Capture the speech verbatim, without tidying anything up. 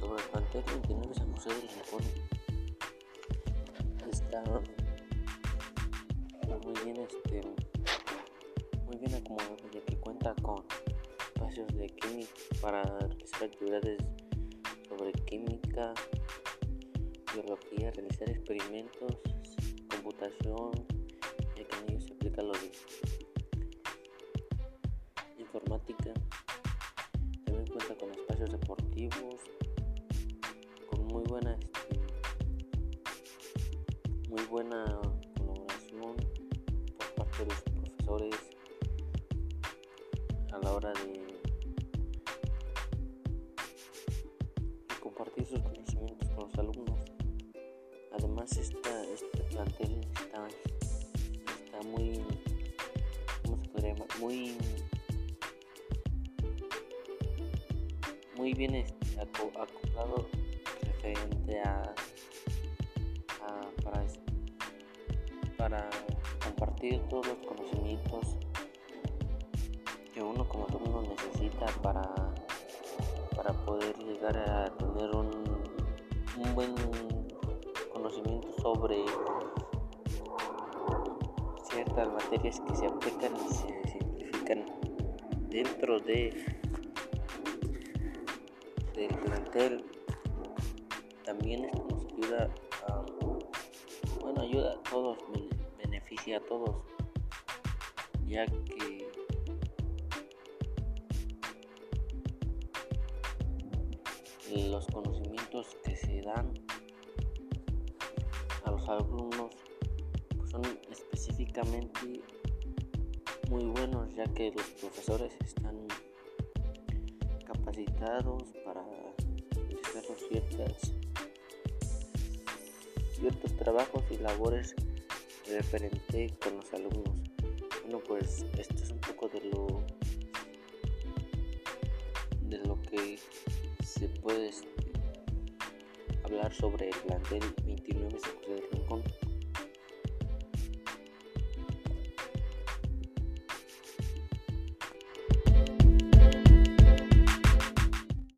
sobre el plantel veintinueve San José del Rincón. Está muy bien, este, muy bien acomodado, ya que cuenta con espacios de química para realizar actividades sobre química, biología, realizar experimentos, computación, ya que en ellos se aplica lo de informática. También cuenta con espacios deportivos, con muy buena, este, muy buena colaboración por parte de los profesores a la hora de, de compartir sus conocimientos con los alumnos. Además, esta, este plantel está, está muy, ¿cómo se podría llamar? Muy, muy bien este, acoplado referente a, a para, para compartir todos los conocimientos que uno como alumno necesita para, para poder llegar a tener un, un buen conocimiento sobre ciertas materias que se aplican y se simplifican dentro de del plantel. También esto nos ayuda a, bueno, ayuda a todos, beneficia a todos, ya que los conocimientos que se dan a los alumnos pues son específicamente muy buenos, ya que los profesores están capacitados para realizar ciertas, ciertos trabajos y labores referente con los alumnos. Bueno, pues esto es un poco de lo de lo que se puede hablar sobre el plantel veintinueve San José del Rincón.